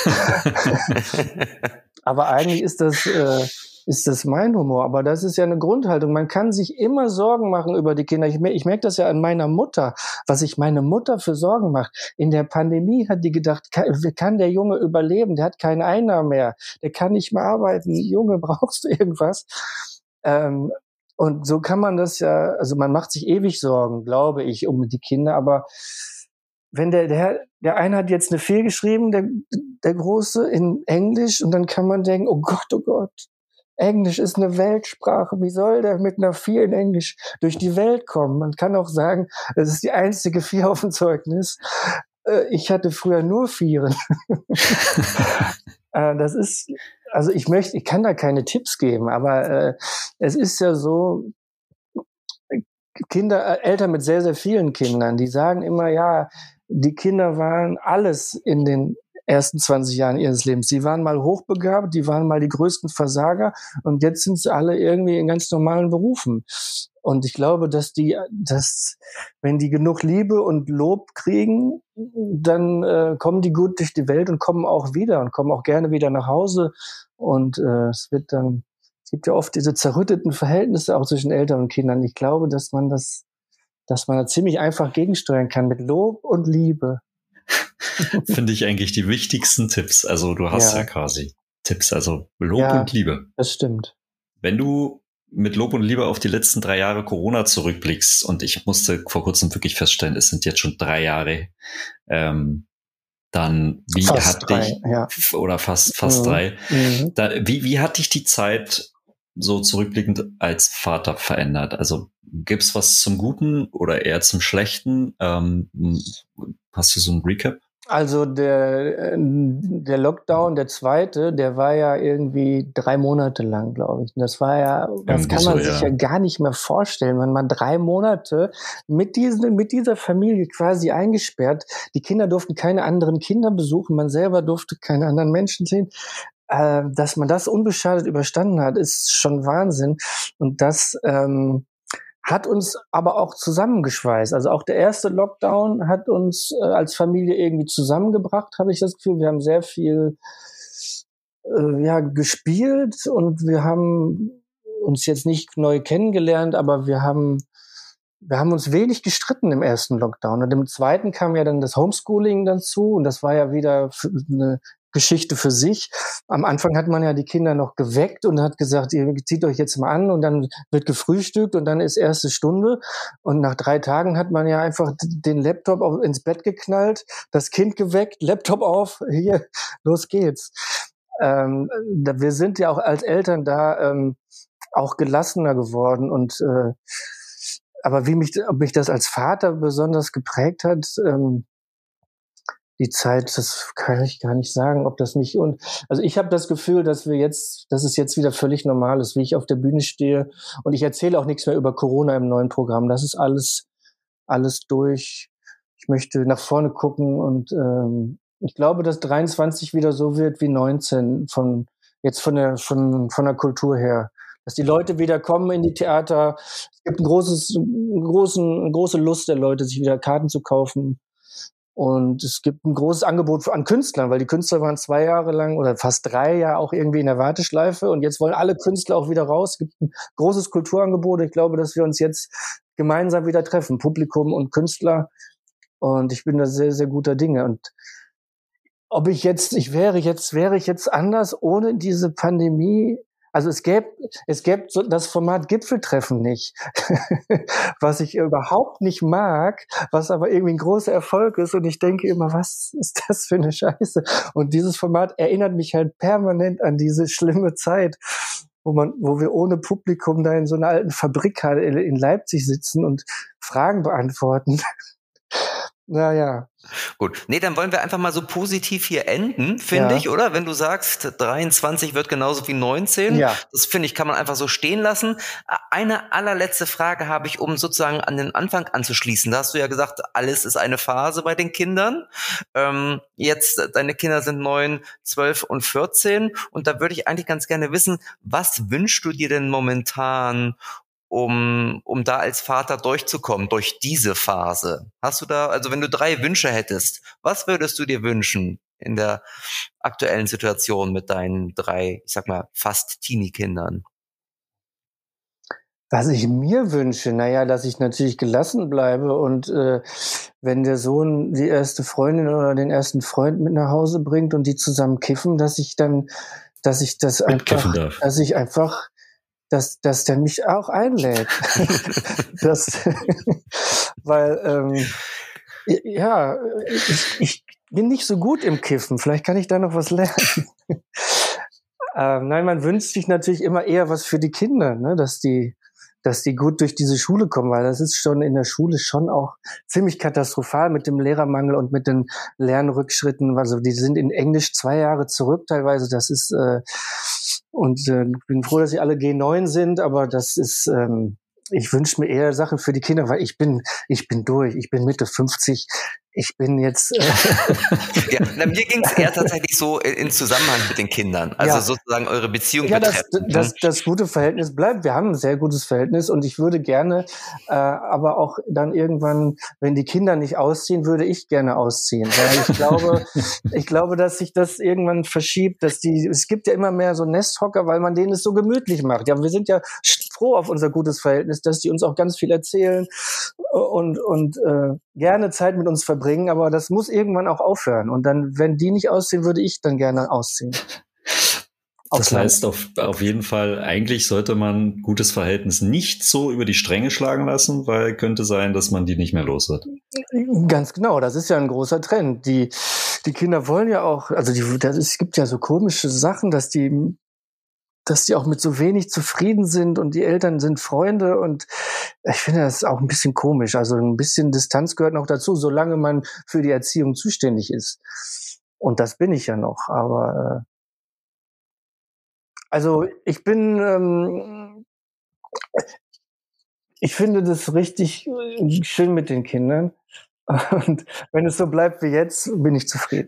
Aber eigentlich ist das mein Humor. Aber das ist ja eine Grundhaltung. Man kann sich immer Sorgen machen über die Kinder. Ich merke das ja an meiner Mutter, was sich meine Mutter für Sorgen macht. In der Pandemie hat die gedacht, kann der Junge überleben? Der hat keine Einnahmen mehr. Der kann nicht mehr arbeiten. Junge, brauchst du irgendwas? Und so kann man das ja, also man macht sich ewig Sorgen, glaube ich, um die Kinder, aber wenn der eine hat jetzt eine fehlgeschrieben, der Große in Englisch und dann kann man denken, oh Gott, Englisch ist eine Weltsprache, wie soll der mit einer 4 in Englisch durch die Welt kommen? Man kann auch sagen, das ist die einzige 4 auf dem Zeugnis. Ich hatte früher nur 4. Das ist, also ich kann da keine Tipps geben, aber es ist ja so, Eltern mit sehr, sehr vielen Kindern, die sagen immer, ja, die Kinder waren alles in den ersten 20 Jahren ihres Lebens. Sie waren mal hochbegabt, die waren mal die größten Versager und jetzt sind sie alle irgendwie in ganz normalen Berufen. Und ich glaube, dass wenn die genug Liebe und Lob kriegen, dann kommen die gut durch die Welt und kommen auch wieder und kommen auch gerne wieder nach Hause. Und es gibt ja oft diese zerrütteten Verhältnisse auch zwischen Eltern und Kindern. Ich glaube, dass man da ziemlich einfach gegensteuern kann mit Lob und Liebe. Finde ich eigentlich die wichtigsten Tipps. Also du hast ja quasi Tipps, also Lob und Liebe. Das stimmt. Wenn du mit Lob und Liebe auf die letzten 3 Jahre Corona zurückblickst, und ich musste vor kurzem wirklich feststellen, es sind jetzt schon 3 Jahre, dann wie hat dich, oder fast 3, wie hat dich die Zeit so zurückblickend als Vater verändert? Also gibt's was zum Guten oder eher zum Schlechten? Hast du so ein Recap? Also der Lockdown, der zweite, der war ja irgendwie 3 Monate lang, glaube ich. Und das war ja, das kann man sich ja gar nicht mehr vorstellen, wenn man 3 Monate mit dieser Familie quasi eingesperrt. Die Kinder durften keine anderen Kinder besuchen, man selber durfte keine anderen Menschen sehen. Dass man das unbeschadet überstanden hat, ist schon Wahnsinn. Und das hat uns aber auch zusammengeschweißt. Also auch der erste Lockdown hat uns als Familie irgendwie zusammengebracht, habe ich das Gefühl. Wir haben sehr viel gespielt und wir haben uns jetzt nicht neu kennengelernt, aber wir haben uns wenig gestritten im ersten Lockdown. Und im zweiten kam ja dann das Homeschooling dazu und das war ja wieder eine Geschichte für sich. Am Anfang hat man ja die Kinder noch geweckt und hat gesagt, ihr zieht euch jetzt mal an und dann wird gefrühstückt und dann ist erste Stunde. Und nach 3 Tagen hat man ja einfach den Laptop ins Bett geknallt, das Kind geweckt, Laptop auf, hier, los geht's. Wir sind ja auch als Eltern da auch gelassener geworden und aber ob mich das als Vater besonders geprägt hat, die Zeit, das kann ich gar nicht sagen, ob das mich also ich habe das Gefühl, dass es jetzt wieder völlig normal ist, wie ich auf der Bühne stehe und ich erzähle auch nichts mehr über Corona im neuen Programm. Das ist alles durch. Ich möchte nach vorne gucken und ich glaube, dass 23 wieder so wird wie 19 von der Kultur her. Dass die Leute wieder kommen in die Theater. Es gibt eine große Lust der Leute, sich wieder Karten zu kaufen. Und es gibt ein großes Angebot an Künstlern, weil die Künstler waren 2 Jahre lang oder fast 3 Jahre auch irgendwie in der Warteschleife und jetzt wollen alle Künstler auch wieder raus. Es gibt ein großes Kulturangebot. Ich glaube, dass wir uns jetzt gemeinsam wieder treffen, Publikum und Künstler. Und ich bin da sehr, sehr guter Dinge. Und wäre ich jetzt anders ohne diese Pandemie. Also es gäbe so das Format Gipfeltreffen nicht, was ich überhaupt nicht mag, was aber irgendwie ein großer Erfolg ist. Und ich denke immer, was ist das für eine Scheiße? Und dieses Format erinnert mich halt permanent an diese schlimme Zeit, wo wir ohne Publikum da in so einer alten Fabrikhalle in Leipzig sitzen und Fragen beantworten. Naja. Gut. Nee, dann wollen wir einfach mal so positiv hier enden, finde ich, oder? Wenn du sagst, 23 wird genauso wie 19. Ja. Das finde ich, kann man einfach so stehen lassen. Eine allerletzte Frage habe ich, um sozusagen an den Anfang anzuschließen. Da hast du ja gesagt, alles ist eine Phase bei den Kindern. Jetzt, deine Kinder sind 9, 12 und 14. Und da würde ich eigentlich ganz gerne wissen, was wünschst du dir denn momentan, um da als Vater durchzukommen, durch diese Phase? Hast du da, also wenn du 3 Wünsche hättest, was würdest du dir wünschen in der aktuellen Situation mit deinen 3, ich sag mal, fast Teenie-Kindern? Was ich mir wünsche, naja, dass ich natürlich gelassen bleibe und wenn der Sohn die erste Freundin oder den ersten Freund mit nach Hause bringt und die zusammen kiffen, dass ich der mich auch einlädt. Weil ich bin nicht so gut im Kiffen. Vielleicht kann ich da noch was lernen. Nein, man wünscht sich natürlich immer eher was für die Kinder, ne? Dass die gut durch diese Schule kommen, weil das ist schon in der Schule schon auch ziemlich katastrophal mit dem Lehrermangel und mit den Lernrückschritten. Also die sind in Englisch 2 Jahre zurück teilweise. Das ist bin froh, dass sie alle G9 sind, aber das ist ich wünsche mir eher Sachen für die Kinder, weil ich bin durch, ich bin Mitte 50, ich bin jetzt Ja, mir ging es eher tatsächlich so in Zusammenhang mit den Kindern, also sozusagen eure Beziehung betreffend. Das gute Verhältnis bleibt, wir haben ein sehr gutes Verhältnis und ich würde gerne, aber auch dann irgendwann, wenn die Kinder nicht ausziehen, würde ich gerne ausziehen, weil ich glaube, dass sich das irgendwann verschiebt, es gibt ja immer mehr so Nesthocker, weil man denen es so gemütlich macht. Ja, wir sind ja froh auf unser gutes Verhältnis, dass die uns auch ganz viel erzählen und gerne Zeit mit uns verbringen, aber das muss irgendwann auch aufhören. Und dann, wenn die nicht ausziehen, würde ich dann gerne ausziehen. Das heißt auf jeden Fall, eigentlich sollte man gutes Verhältnis nicht so über die Stränge schlagen lassen, weil könnte sein, dass man die nicht mehr los wird. Ganz genau, das ist ja ein großer Trend. Die Kinder wollen ja auch, also es gibt ja so komische Sachen, dass die auch mit so wenig zufrieden sind und die Eltern sind Freunde und ich finde das auch ein bisschen komisch. Also ein bisschen Distanz gehört noch dazu, solange man für die Erziehung zuständig ist. Und das bin ich ja noch, aber also ich finde das richtig schön mit den Kindern und wenn es so bleibt wie jetzt, bin ich zufrieden.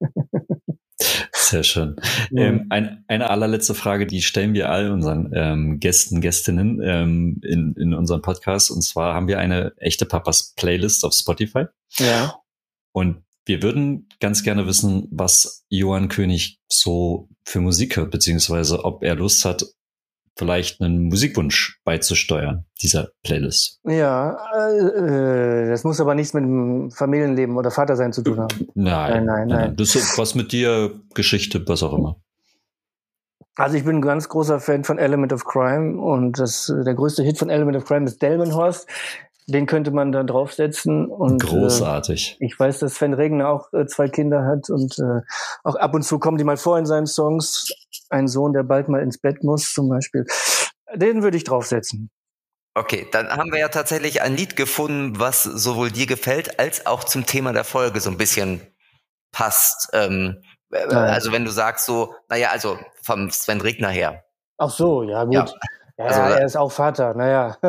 Sehr schön. Eine allerletzte Frage, die stellen wir all unseren Gästen, Gästinnen in unserem Podcast. Und zwar haben wir eine echte Papas Playlist auf Spotify. Ja. Und wir würden ganz gerne wissen, was Johann König so für Musik hört, beziehungsweise ob er Lust hat, vielleicht einen Musikwunsch beizusteuern, dieser Playlist. Ja, das muss aber nichts mit dem Familienleben oder Vatersein zu tun haben. Nein. Das ist was mit dir, Geschichte, was auch immer. Also ich bin ein ganz großer Fan von Element of Crime und der größte Hit von Element of Crime ist Delmenhorst. Den könnte man da draufsetzen. Und, großartig. Ich weiß, dass Sven Regner auch 2 Kinder hat und auch ab und zu kommen die mal vor in seinen Songs. Ein Sohn, der bald mal ins Bett muss zum Beispiel. Den würde ich draufsetzen. Okay, dann haben wir ja tatsächlich ein Lied gefunden, was sowohl dir gefällt, als auch zum Thema der Folge so ein bisschen passt. Also wenn du sagst so, naja, also vom Sven Regner her. Ach so, ja gut. Ja. Ja, also, er ist auch Vater, naja.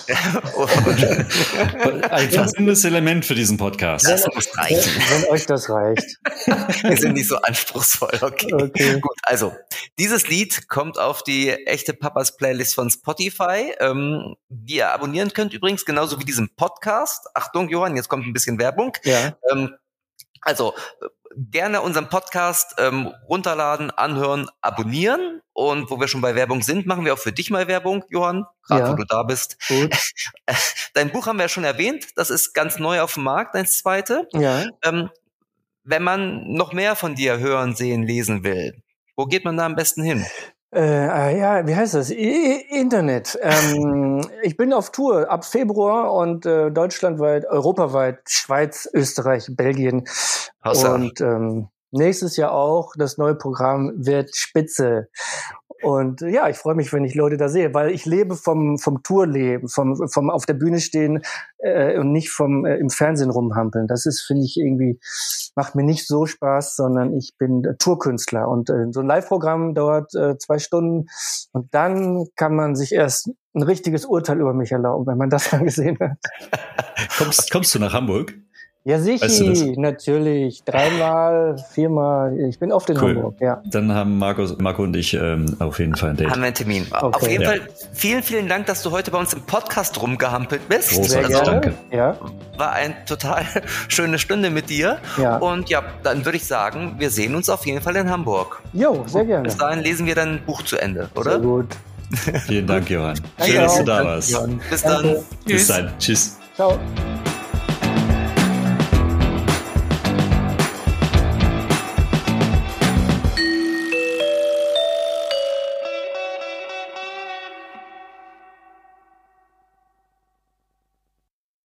Ein verbindendes Element für diesen Podcast. Das muss reichen. Wenn euch das reicht. Wir sind nicht so anspruchsvoll, okay. Gut, also, dieses Lied kommt auf die echte Papas Playlist von Spotify, die ihr abonnieren könnt übrigens, genauso wie diesen Podcast. Achtung, Johann, jetzt kommt ein bisschen Werbung. Ja. Also, gerne unseren Podcast runterladen, anhören, abonnieren. Und wo wir schon bei Werbung sind, machen wir auch für dich mal Werbung, Johann, gerade wo du da bist. Gut. Dein Buch haben wir ja schon erwähnt. Das ist ganz neu auf dem Markt, dein zweite. Ja. wenn man noch mehr von dir hören, sehen, lesen will, wo geht man da am besten hin? Ja, wie heißt das? Internet. Ich bin auf Tour ab Februar und deutschlandweit, europaweit, Schweiz, Österreich, Belgien. Und nächstes Jahr auch. Das neue Programm wird spitze. Und ja, ich freue mich, wenn ich Leute da sehe, weil ich lebe vom Tourleben, vom auf der Bühne stehen und nicht vom im Fernsehen rumhampeln. Das ist, finde ich, irgendwie, macht mir nicht so Spaß, sondern ich bin Tourkünstler. Und so ein Live-Programm dauert 2 Stunden und dann kann man sich erst ein richtiges Urteil über mich erlauben, wenn man das dann gesehen hat. Kommst du nach Hamburg? Ja, sicher, weißt du natürlich. 3-mal, 4-mal. Ich bin oft in Hamburg, ja. Dann haben Marco und ich auf jeden Fall ein Date. Haben wir einen Termin. Okay. Auf jeden Fall vielen, vielen Dank, dass du heute bei uns im Podcast rumgehampelt bist. Großartig, danke. Ja. War eine total schöne Stunde mit dir. Ja. Und ja, dann würde ich sagen, wir sehen uns auf jeden Fall in Hamburg. Jo, sehr gerne. Bis dahin lesen wir dein Buch zu Ende, oder? Sehr gut. Vielen Dank, Johann. Schön, dass du da warst. Bis dann. Bis dann. Tschüss. Ciao.